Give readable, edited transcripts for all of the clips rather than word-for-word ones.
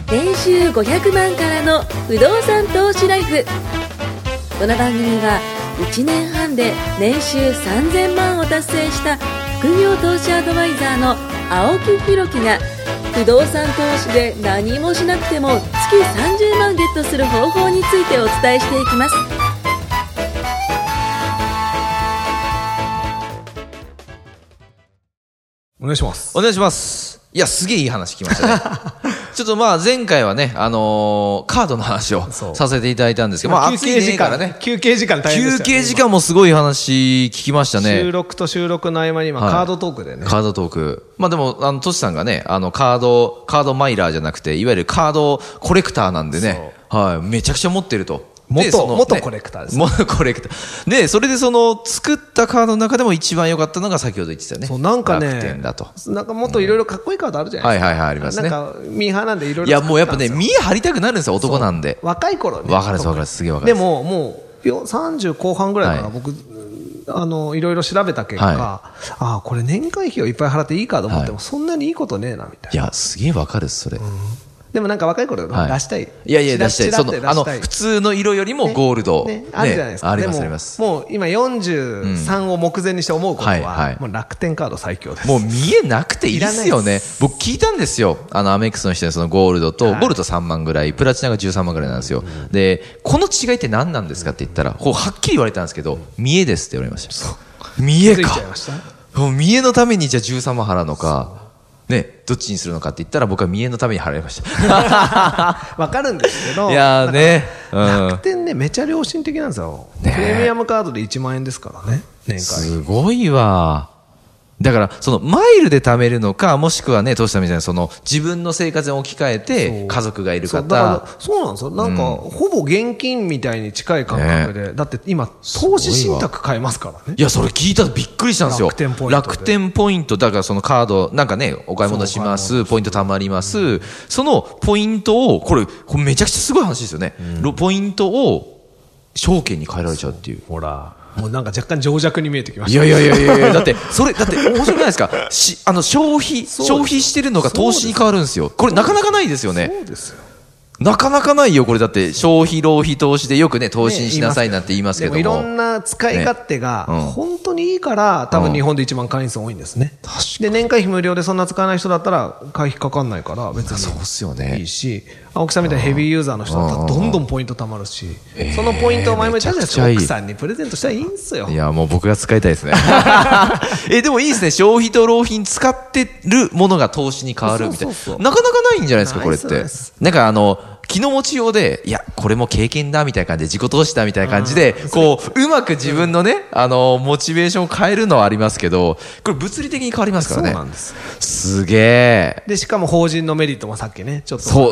年収500万からの不動産投資ライフ。この番組は1年半で年収3000万を達成した副業投資アドバイザーの青木弘樹が、不動産投資で何もしなくても月30万ゲットする方法についてお伝えしていきます。 お願いします。 お願いします。いや、すげえいい話聞きましたね。ちょっとまあ前回はね、カードの話をさせていただいたんですけど、まあ休憩時間、ね、休憩時間大変でしたよね。 休憩時間もすごい話聞きましたね。 収録と収録の合間に今、カードトークでね。 カードトーク。まあでも、トシさんがね、カードマイラーじゃなくて、いわゆるカードコレクターなんでね、はい、めちゃくちゃ持ってると。 元コレクターです、ね。 元コレクター。で、それで作ったカードの中でも一番良かったのが先ほど言ってたよね。 そう、なんかね、 楽天だと。 なんかもっといろいろかっこいいカードあるじゃないですか。 はいはいはい、ありますね。 なんか、ミーハーなんでいろいろ。 いや、もうやっぱね、見え張りたくなるんですよ、男なんで。 若い頃ね。 わかるわかる、すげえわかる。 でも、もう、30後半ぐらいから僕、いろいろ調べた結果、これ年会費をいっぱい払っていいカード持ってもそんなにいいことねえな、みたいな。 いや、すげえわかるっす、それ。 でもなんか若い頃出したい。 いやいや、出したい。普通の色よりもゴールド。 あるじゃないですか。 ありますあります。 もう今43を目前にして思うことは、もう楽天カード最強です。 もう見えなくていいですよね。僕聞いたんですよ。アメックスの人にそのゴールド3万ぐらい、プラチナが13万ぐらいなんですよ。で、この違いって何なんですかって言ったら、はっきり言われたんですけど、見えですって言われました。見えか。もう見えのためにじゃあ13万払うのか。ね、どっちにするのかって言ったら僕は見栄のために払いました。 わかるんですけど、 いやーね、 楽天ね、めちゃ良心的なんですよ。プレミアムカードで1万円ですからね、年間。 すごいわ。だから、マイルで貯めるのか、もしくはね、トシさんみたいに自分の生活に置き換えて、家族がいる方。 そうなんですよ。なんか、ほぼ現金みたいに近い感覚で。だって今、投資信託買えますからね。 いや、それ聞いたらびっくりしたんですよ。楽天ポイント。だからカード、なんかね、お買い物します。ポイント貯まります。そのポイントを、これめちゃくちゃすごい話ですよね。ポイントを証券に変えられちゃうっていう。 ほら。もうなんか若干情弱に見えてきました。 いや、だって面白くないですか。消費してるのが投資に変わるんですよ。これなかなかないですよね。 そうですよ。 なかなかないよ、これだって消費、浪費、投資でよくね、投資にしなさいなんて言いますけども。 いろんな使い勝手が本当にいいから、多分日本で一番会員数多いんですね。で、年会費無料でそんな使わない人だったら、会費かかんないから、別にいいし、青木さんみたいなヘビーユーザーの人だったら、どんどんポイント貯まるし、そのポイントを前々言ったじゃないですか、奥さんにプレゼントしたらいいんですよ。 いや、もう僕が使いたいですね。でもいいですね、消費と浪費に使ってるものが投資に変わるみたいな。なかなかないんじゃないですか、これって。なんか気の持ちようで、いや、これも経験だみたいな感じで、自己投資だみたいな感じで、うまく自分のね、モチベーションを変えるのはありますけど、これ物理的に変わりますからね。 そうなんです。 すげえ。 で、しかも法人のメリットもさっきね、ちょっと。 そう。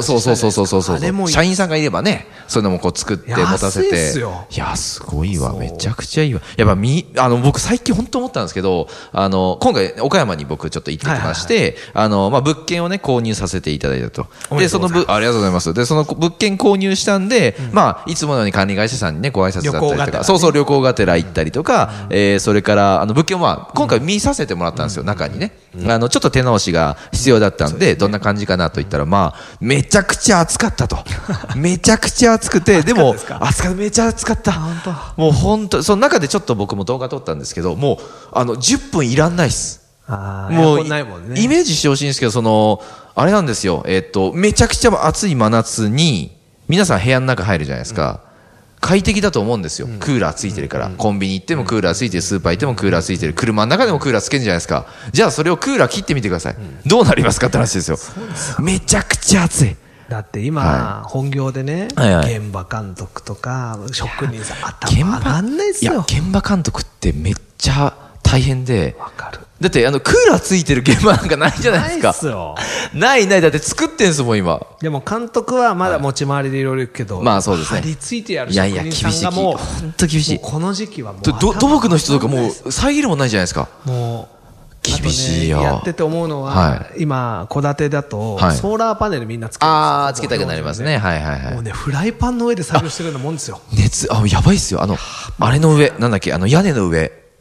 社員さんがいればね、そういうのも作って持たせて。いや、すごいわ。めちゃくちゃいいわ。やっぱ僕最近本当思ったんですけど、今回、岡山に僕ちょっと行ってきまして、物件をね、購入させていただいたと。で、ありがとうございます。で、物件購入したんで、いつものように管理会社さんにね、ご挨拶だったりとか、旅行がてら行ったりとか、それから、物件は、今回見させてもらったんですよ、中にね。ちょっと手直しが必要だったんで、どんな感じかなと言ったら、めちゃくちゃ暑かったと。めちゃくちゃ暑くて、でも、めちゃ暑かった。もう本当、その中でちょっと僕も動画撮ったんですけど、もう、10分いらんないっす。もう、イメージしてほしいんですけど、あれなんですよ。めちゃくちゃ暑い真夏に、皆さん部屋の中入るじゃないですか。快適だと思うんですよ。クーラーついてるから。コンビニ行ってもクーラーついてる、スーパー行ってもクーラーついてる、車の中でもクーラーつけるじゃないですか。じゃあそれをクーラー切ってみてください。どうなりますかって話ですよ。めちゃくちゃ暑い。 だって今、本業でね、現場監督とか、職人さん、頭上がんないですよ。 いや、現場監督ってめっちゃ大変で。 わかる。 だってクーラーついてる現場なんかないじゃないですか。 ないっすよ。 ない。だって作ってんすもん今。 でも監督はまだ持ち回りでいろいろ行くけど、 そうですね。 張り付いてやる職人さんがもう、 本当厳しい。 この時期はもう土木の人とかもう遮るもないじゃないですか。 もう厳しいよ。 やってて思うのは、今戸建てだとソーラーパネルみんなつけてる。つけたくなりますね。 もうね、フライパンの上で作業してるようなもんですよ。 やばいっすよ。あれの上、なんだっけ、屋根の上。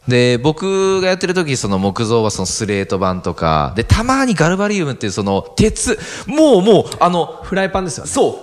で、僕がやってる時、その木造はそのスレート板とか、で、たまにガルバリウムっていうその鉄、もう、 フライパンですよね。 そう、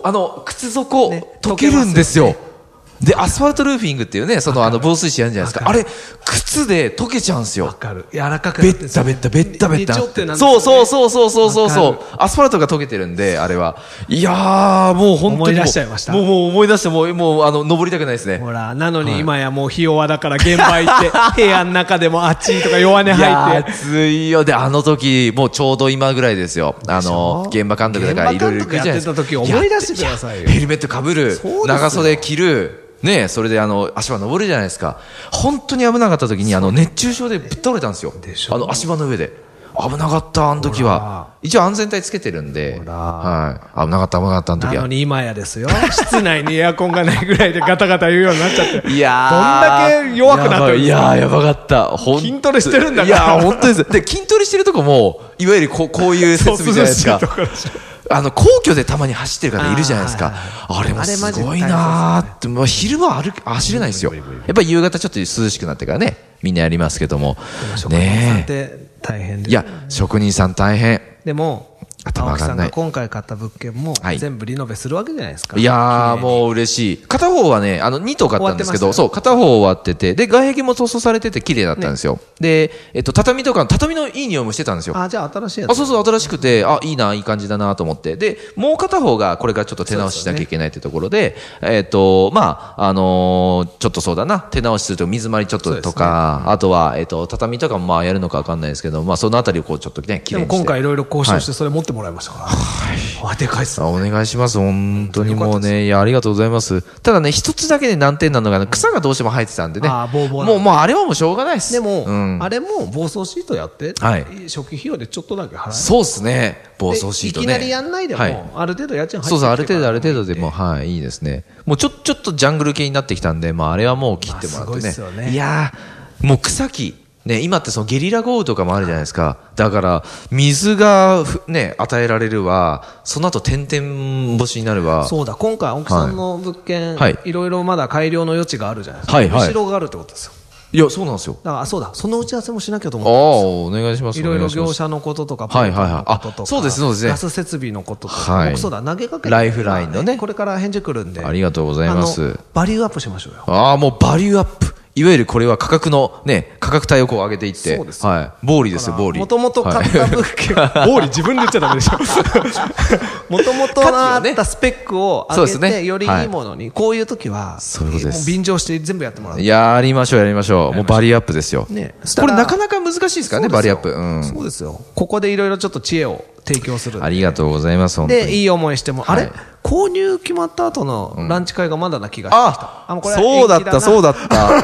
靴底、溶けるんですよ。で、アスファルトルーフィングっていうね、防水紙あるじゃないですか。あれ、靴で溶けちゃうんですよ。 わかる。柔らかくなって。 ベッタベッタ、ベッタベッタ。 そう。 アスファルトが溶けてるんで、あれは。いやー、もう本当に。 思い出しちゃいました。 もう思い出して、もう、登りたくないですね。 ほら、なのに今やもうひ弱だから現場行って、部屋の中でも暑いとか弱音吐いて。 暑いよ。で、あの時、もうちょうど今ぐらいですよ。現場監督だからいろいろ行くじゃないですか。 やってた時思い出してくださいよ。 ヘルメット被る、長袖着る、ね、それで足場登るじゃないですか。本当に危なかった時に熱中症でぶっ倒れたんですよ。足場の上で。危なかった、あの時は。一応安全帯つけてるんで。はい。危なかった、あの時は。 なのに今やですよ。室内にエアコンがないぐらいでガタガタ言うようになっちゃって。 いやー。どんだけ弱くなってるんですか。 やばかった。 筋トレしてるんだから。 いや、本当です。で、筋トレしてるとこも、いわゆるこういう設備じゃないですか。皇居でたまに走ってる方いるじゃないですか。あれもすごいなーって。昼は走れないですよ。やっぱり夕方ちょっと涼しくなってからね、みんなやりますけども。 職人さんって大変ですね。 いや、職人さん大変。 でも、青木さんが今回買った物件も全部リノベするわけじゃないですか。 いやー、もう嬉しい。片方はね、2棟買ったんですけど、そう、片方終わってて、で、外壁も塗装されてて綺麗だったんですよ。で、畳のいい匂いもしてたんですよ。 じゃあ新しいやつ。 そう、新しくて、いいな、いい感じだなと思って。で、もう片方がこれからちょっと手直ししなきゃいけないってところで、ちょっとそうだな、手直しすると水回りちょっととか、あとは、畳とかもやるのかわかんないですけど、そのあたりをこうちょっとね、綺麗にして。 でも今回いろいろ交渉してそれ持ってもらいましたから。でかいっすね。 お願いします。本当にもうね、いや、ありがとうございます。ただね、一つだけで難点なのが、草がどうしても生えてたんでね。もうあれはもうしょうがないです。 でも、あれも防草シートやって、初期費用でちょっとだけ払え。 そうですね。防草シートね。 いきなりやんないでも、ある程度家賃入ってそう、ある程度でも、いいですね。もうちょっとジャングル系になってきたんで、あれはもう切ってもらってね。いやー、もう草木。ね、今ってそのゲリラ豪雨とかもあるじゃないですか。だから、水がね、与えられるわ、その後点々干しになるわ。 そうだ、今回青木さんの物件、いろいろまだ改良の余地があるじゃないですか。後ろがあるってことですよ。 いや、そうなんですよ。 だからそうだ、その打ち合わせもしなきゃと思ってます。お願いします。 いろいろ業者のこととか、パイプのこととか、 そうですね。 ガス設備のこととか、そうだ、投げかけライフラインのね。 これから返事来るんで。 ありがとうございます。 バリューアップしましょうよ。 もうバリューアップ。いわゆるこれは価格帯をこう上げていって。そうです。暴利ですよ、暴利。 もともと買った物件、暴利自分で言っちゃダメでしょ。もともとあったスペックを上げて、よりいいものに、こういう時は、便乗して全部やってもらう。 やりましょう。もうバリューアップですよ。これなかなか難しいですからね、バリューアップ。 そうですよ。ここでいろいろちょっと知恵を提供する。 ありがとうございます、本当に。 で、いい思いしても、あれ購入決まった後のランチ会がまだな気がしてきた。 そうだった。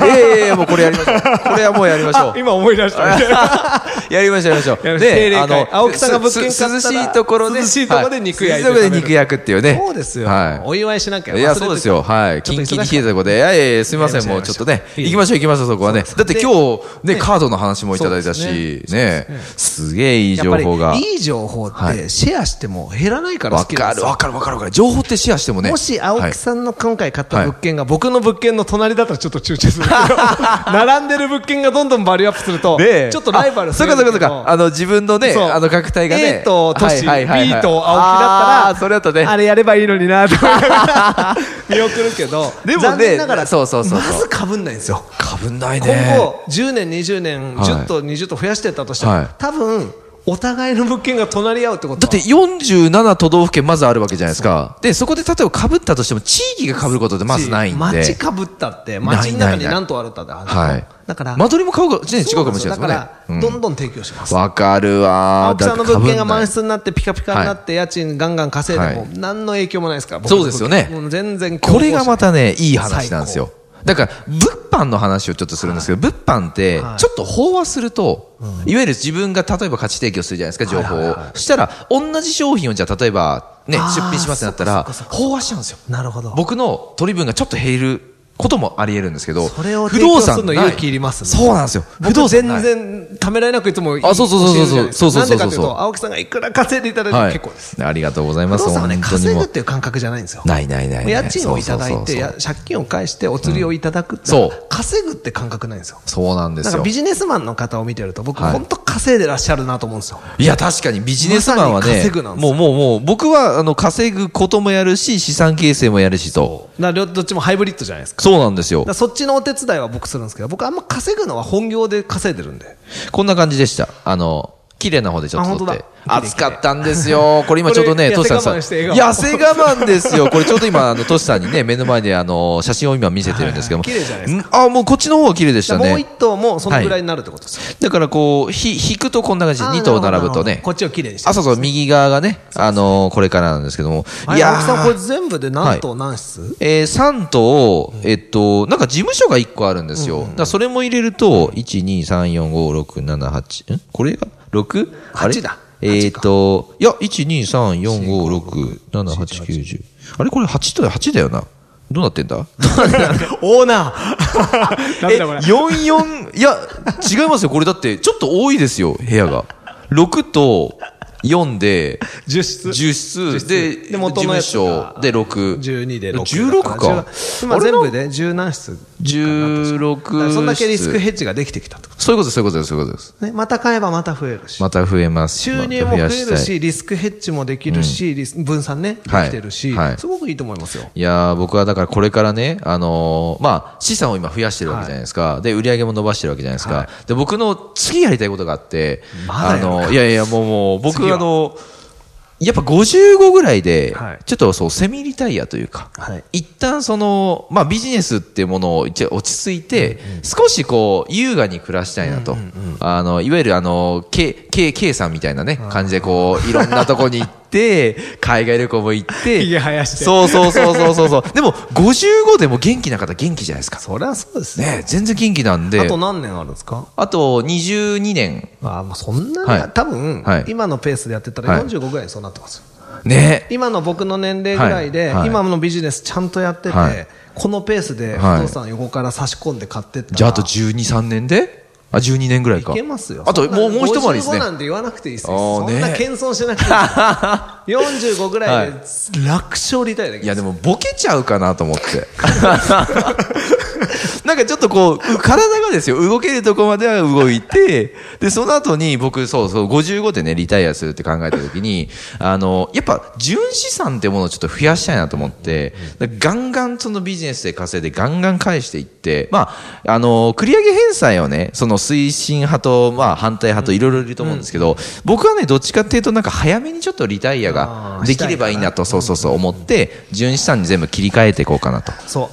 もうこれやりましょう。これはもうやりましょう。 今思い出した。 やりましょう。 で、青木さんが物件買ったら涼しいところで肉焼いて。 肉焼くっていうね。 そうですよ。お祝いしなきゃ。 いや、そうですよ。キンキンに冷えたところで、すみません、もうちょっとね、行きましょう、そこはね。だって今日、ね、カードの話もいただいたし、ね、すげえいい情報が。 いい情報ってシェアしても減らないから好きです。 わかる。情報ってシェアしてもね。 もし青木さんの今回買った物件が僕の物件の隣だったらちょっと躊躇するけど、並んでる物件がどんどんバリューアップすると、ちょっとライバルする。 そうか。自分のね、確帯がね。 A と都市、B と青木だったら、 それだとね、 あれやればいいのになと思いながら見送るけど、 でもね、 まず被んないんですよ。 被んないね。 今後、10年、20年、10と20と増やしていったとしても、多分、お互いの物件が隣り合うってことだって47都道府県まずあるわけじゃないですか。で、そこで例えば被ったとしても地域が被ることってまずないんで。 町被ったって、町の中に何棟あるかでだから、 間取りも違うかもしれないですもんね。 だから、どんどん提供します。 わかるわ。 青木さんの物件が満室になってピカピカになって家賃ガンガン稼いでも何の影響もないですから。 そうですよね。 全然これがまたね、いい話なんですよ。だから、物販の話をちょっとするんですけど、物販って、ちょっと飽和すると、いわゆる自分が例えば価値提供するじゃないですか、情報を。そしたら、同じ商品をじゃあ、例えば、ね、出品しますってなったら、飽和しちゃうんですよ。 なるほど。 僕の取り分がちょっと減ることもあり得るんですけど、 それを提供するの勇気いりますね。 そうなんですよ。 不動産全然ためらいなくいつも教えるじゃないですか。なんでかというと、青木さんがいくら稼いでいただいても結構です。 ありがとうございます。 不動産はね、稼ぐっていう感覚じゃないんですよ。 ない。 家賃をいただいて、借金を返してお釣りをいただくって、稼ぐって感覚ないんですよ。 そうなんですよ。 だからビジネスマンの方を見てると、僕本当稼いでらっしゃるなと思うんですよ。 いや、確かにビジネスマンはね、もう、僕は稼ぐこともやるし、資産形成もやるしと。 だからどっちもハイブリッドじゃないですか。 そうなんですよ。 そっちのお手伝いは僕するんですけど、僕あんま稼ぐのは本業で稼いでるんで。 こんな感じでした。綺麗な方でちょっと撮って。暑かったんですよ。これ今ちょうどね、トシさん痩せ我慢ですよ。これちょうど今、トシさんにね、目の前で写真を今見せてるんですけども。 綺麗じゃないですか。 もうこっちの方が綺麗でしたね。 もう一頭もそのぐらいになるってことですよ。 だからこう、引くとこんな感じで2頭並ぶとね。 こっちを綺麗にして。 そう、右側がね、これからなんですけども。 いや、青木さんこれ全部で何頭何室 ？3頭、なんか事務所が1個あるんですよ。だからそれも入れると、1、2、3、4、5、6、7、8、これが 6？ 8だ。 いや、1、2、3、4、5、6、7、8、9、10。あれこれ8だよな。どうなってんだオーナー 4、4、いや、違いますよ。これだって、ちょっと多いですよ、部屋が。6と、4で、 10 室で、事務所で6。 12で6。 16か。 今全部で10何室 ?16。 そんだけリスクヘッジができてきたと。 そういうことです。 ね、また買えばまた増えるし。 また増えます。 収入も増えるし、リスクヘッジもできるし、分散ね、できてるし、すごくいいと思いますよ。 いや僕はだからこれからね、資産を今増やしてるわけじゃないですか。で、売り上げも伸ばしてるわけじゃないですか。で、僕の次やりたいことがあって、いや、もう、僕やっぱ55ぐらいで、ちょっとセミリタイアというか、一旦ビジネスっていうものを一応落ち着いて、少し優雅に暮らしたいなと。いわゆるK さんみたいなね、感じでいろんなとこに行って、海外旅行も行って、 ひげ生やして。 そう。でも、55でも元気な方元気じゃないですか。 そりゃそうですね。全然元気なんで。 あと何年あるんですか？ あと22年。 そんなに、多分、今のペースでやってたら45ぐらいにそうなってますよ。 ね。 今の僕の年齢ぐらいで、今のビジネスちゃんとやってて、このペースで不動産横から差し込んで買ってったら。 じゃああと12、3年で12年ぐらいか。 いけますよ。 あともう一回りですね。 55なんて言わなくていいですよ。そんな謙遜しなくていい。45ぐらいで楽勝リタイアできます。 いやでもボケちゃうかなと思って。なんかちょっと体がですよ、動けるとこまでは動いて、で、その後に僕、55でね、リタイアするって考えたときに、やっぱ、純資産ってものをちょっと増やしたいなと思って、ガンガンそのビジネスで稼いでガンガン返していって、繰り上げ返済をね、推進派と、反対派といろいろいると思うんですけど、僕はね、どっちかっていうとなんか早めにちょっとリタイアができればいいなと、思って、純資産に全部切り替えていこうかなと。 そう、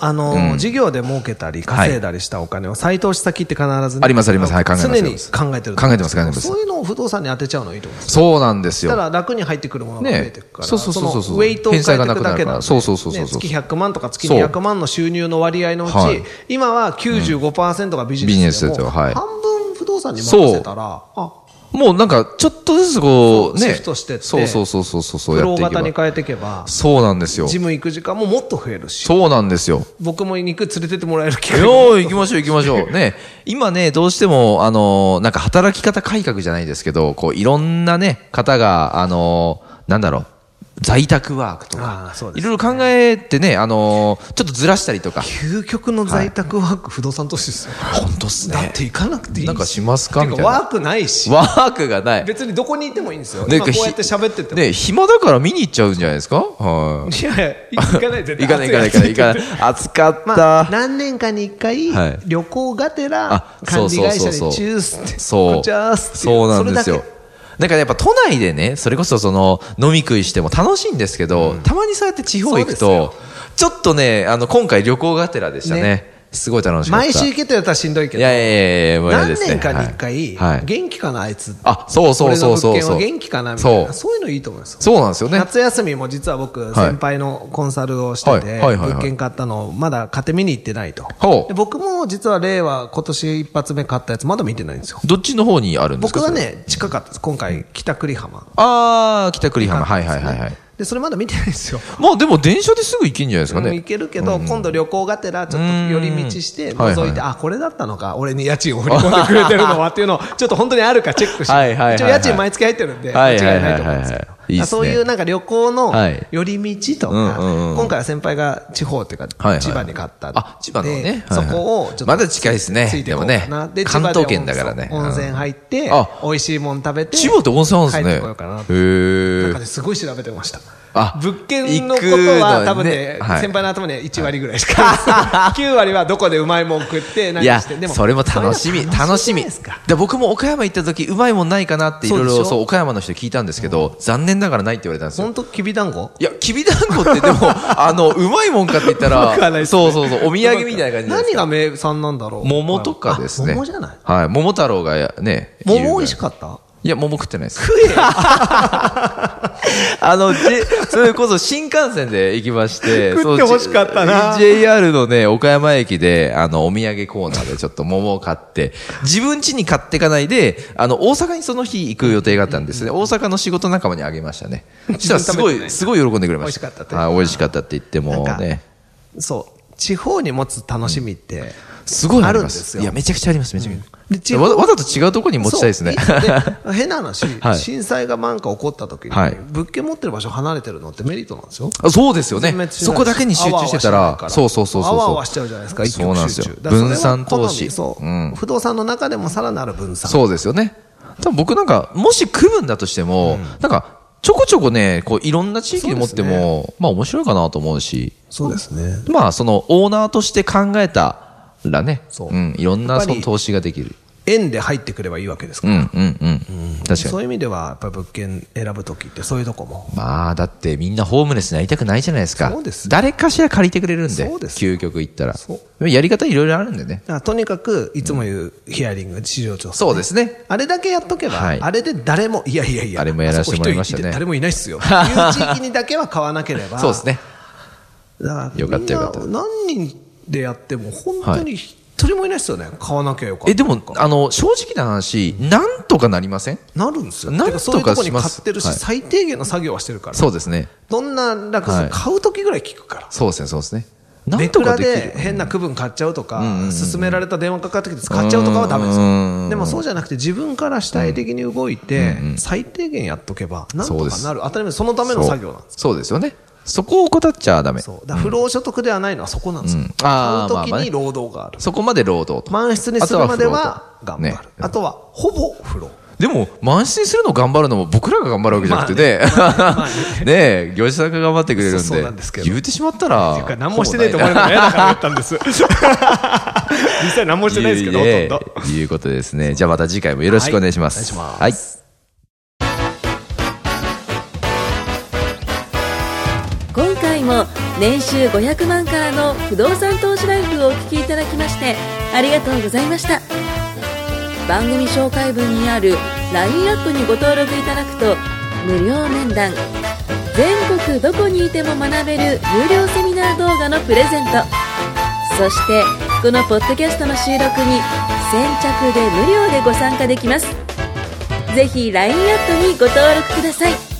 事業で儲けたり、稼いだりしたお金を再投資先って必ず、 あります、はい、考えます。 常に考えてる。 考えてます。 そういうのを不動産に当てちゃうのいいと思います。 そうなんですよ。 ただ楽に入ってくるものが増えていくから、 そう。 ウェイトを変えていくだけなんで、 そう。 月100万とか月200万の収入の割合のうち、今は 95% がビジネスでも、半分不動産に任せたら、 もうなんか、ちょっとずつシフトしてって、 そう。 フロー型に変えていけば、 そうなんですよ。 ジム行く時間ももっと増えるし。 そうなんですよ。 僕も肉連れてってもらえる機会行きましょう。ね。今ね、どうしても、なんか働き方改革じゃないですけど、いろんなね、方が、在宅ワークとか、いろいろ考えてね、ちょっとずらしたりとか。 究極の在宅ワーク、不動産投資ですよ。 本当っすね。 だって行かなくていいし。 なんかしますかみたいな。 ワークないし。 ワークがない。 別にどこにいてもいいんですよ。今こうやって喋ってても。 ね、暇だから見に行っちゃうんじゃないですか？ はい。いや、行かない、絶対。 行かない。暑かった。 何年かに一回、旅行がてら、管理会社にチュースって、こちゃーすって。 そうなんですよ。なんかやっぱ都内でね、それこそ飲み食いしても楽しいんですけど、たまにそうやって地方行くと、ちょっとね、今回旅行がてらでしたね。すごい楽しかった。 毎週行けとやったらしんどいけど。 いや、 何年かに一回、元気かなあいつ。 そう。 俺の物件は元気かなみたいな。そういうのいいと思います。 そうなんですよね。 夏休みも実は僕、先輩のコンサルをしてて、物件買ったのをまだ買って見に行ってないと。僕も実は令和今年一発目買ったやつまだ見てないんですよ。 どっちの方にあるんですか？ 僕はね、近かったです。今回、北栗浜。 北栗浜。はい。 でそれまだ見てないんですよ。 まあでも電車ですぐ行けんじゃないですかね。 行けるけど、今度旅行がてらちょっと寄り道して覗いて、あ、これだったのか、俺に家賃を振り込んでくれてるのはっていうのをちょっと本当にあるかチェックして、一応家賃毎月入ってるんで間違いないと思うんですけど。そういうなんか旅行の寄り道とか、今回は先輩が地方っていうか千葉に買ったんで、 千葉のね、 そこをちょっとまだ近いですね。でもね、関東圏だからね。 温泉入って美味しいもん食べて千葉って温泉あるんですね。 帰ってこようかな。なんかねすごい調べてました。物件のことは多分ね、先輩の頭には1割ぐらいしか9割はどこでうまいもん食って何して。 でもそれも楽しみ。で僕も岡山行った時うまいもんないかなっていろいろ岡山の人聞いたんですけど、残念ながらないって言われたんですよ。 本当きびだんご？ いや、きびだんごってでもうまいもんかって言ったらそうお土産みたいな感じです。 何が名産なんだろう。 桃とかですね。 桃じゃない？ はい、桃太郎がね。 桃美味しかった？ いや、桃食ってないです。 食えそれこそ新幹線で行きまして、 食って欲しかったな。 JR のね、岡山駅で、お土産コーナーでちょっと桃を買って、自分家に買っていかないで、大阪にその日行く予定があったんですね。大阪の仕事仲間にあげましたね。そしたらすごい喜んでくれました。美味しかったって言ってもね。 そう。地方に持つ楽しみって、 すごいあるんですよ。いや、めちゃくちゃあります、めちゃくちゃ。わざと違うところに持ちたいですね。 変な話、震災がなんか起こった時に、物件持ってる場所離れてるのってメリットなんですよ。 そうですよね。そこだけに集中してたら、そう。 あわあわしちゃうじゃないですか、一極集中。 分散投資。 不動産の中でもさらなる分散。 そうですよね。多分僕なんか、もし区分だとしても、なんか、ちょこちょこね、こういろんな地域で持っても、まあ面白いかなと思うし。 そうですね。 まあそのオーナーとして考えたらね、いろんなその投資ができる。 円で入ってくればいいわけですから。確かに。 そういう意味では、やっぱり物件選ぶときってそういうとこも。 まあ、だってみんなホームレスになりたくないじゃないですか。 そうです。 誰かしら借りてくれるんで。そうです。究極言ったら。やり方いろいろあるんでね。 とにかく、いつも言うヒアリング、市場調査。 そうですね。 あれだけやっとけば、あれで誰も、いや、 あれもやらせてもらいましたね。 誰もいないっすよ。っていう地域にだけは買わなければ。 そうですね。 だから、 よかったよかった。 何人でやっても、本当に、一人もいないですよね。買わなきゃよかった。 でも、正直な話、なんとかなりません？ なるんですよ。 なんとかします。 そういうとこに買ってるし、最低限の作業はしてるから。 そうですね。 どんな楽数買うときぐらい聞くから。 そうですね。 ネクラで変な区分買っちゃうとか、勧められた電話かかってきて使っちゃうとかはダメですよ。でもそうじゃなくて自分から主体的に動いて、最低限やっとけば、なんとかなる。当たり前、そのための作業なんです。 そうですよね。そこを怠っちゃダメ。 不労所得ではないのはそこなんですよ。買うときに労働がある。 そこまで労働と。 満室にするまでは頑張る。あとはほぼ不労。 でも、満室にするの頑張るのも僕らが頑張るわけじゃなくてね。ねえ、業者さんが頑張ってくれるんで。言うてしまったら。 何もしてないと思われるの嫌だから言ったんです。実際何もしてないですけど、ほとんど。 ということですね。じゃあまた次回もよろしくお願いします。はい。 今回も年収500万からの不動産投資ライフをお聞きいただきましてありがとうございました。番組紹介文にある LINE アップにご登録いただくと無料面談、全国どこにいても学べる有料セミナー動画のプレゼント、そしてこのポッドキャストの収録に先着で無料でご参加できます。ぜひ LINE アットにご登録ください。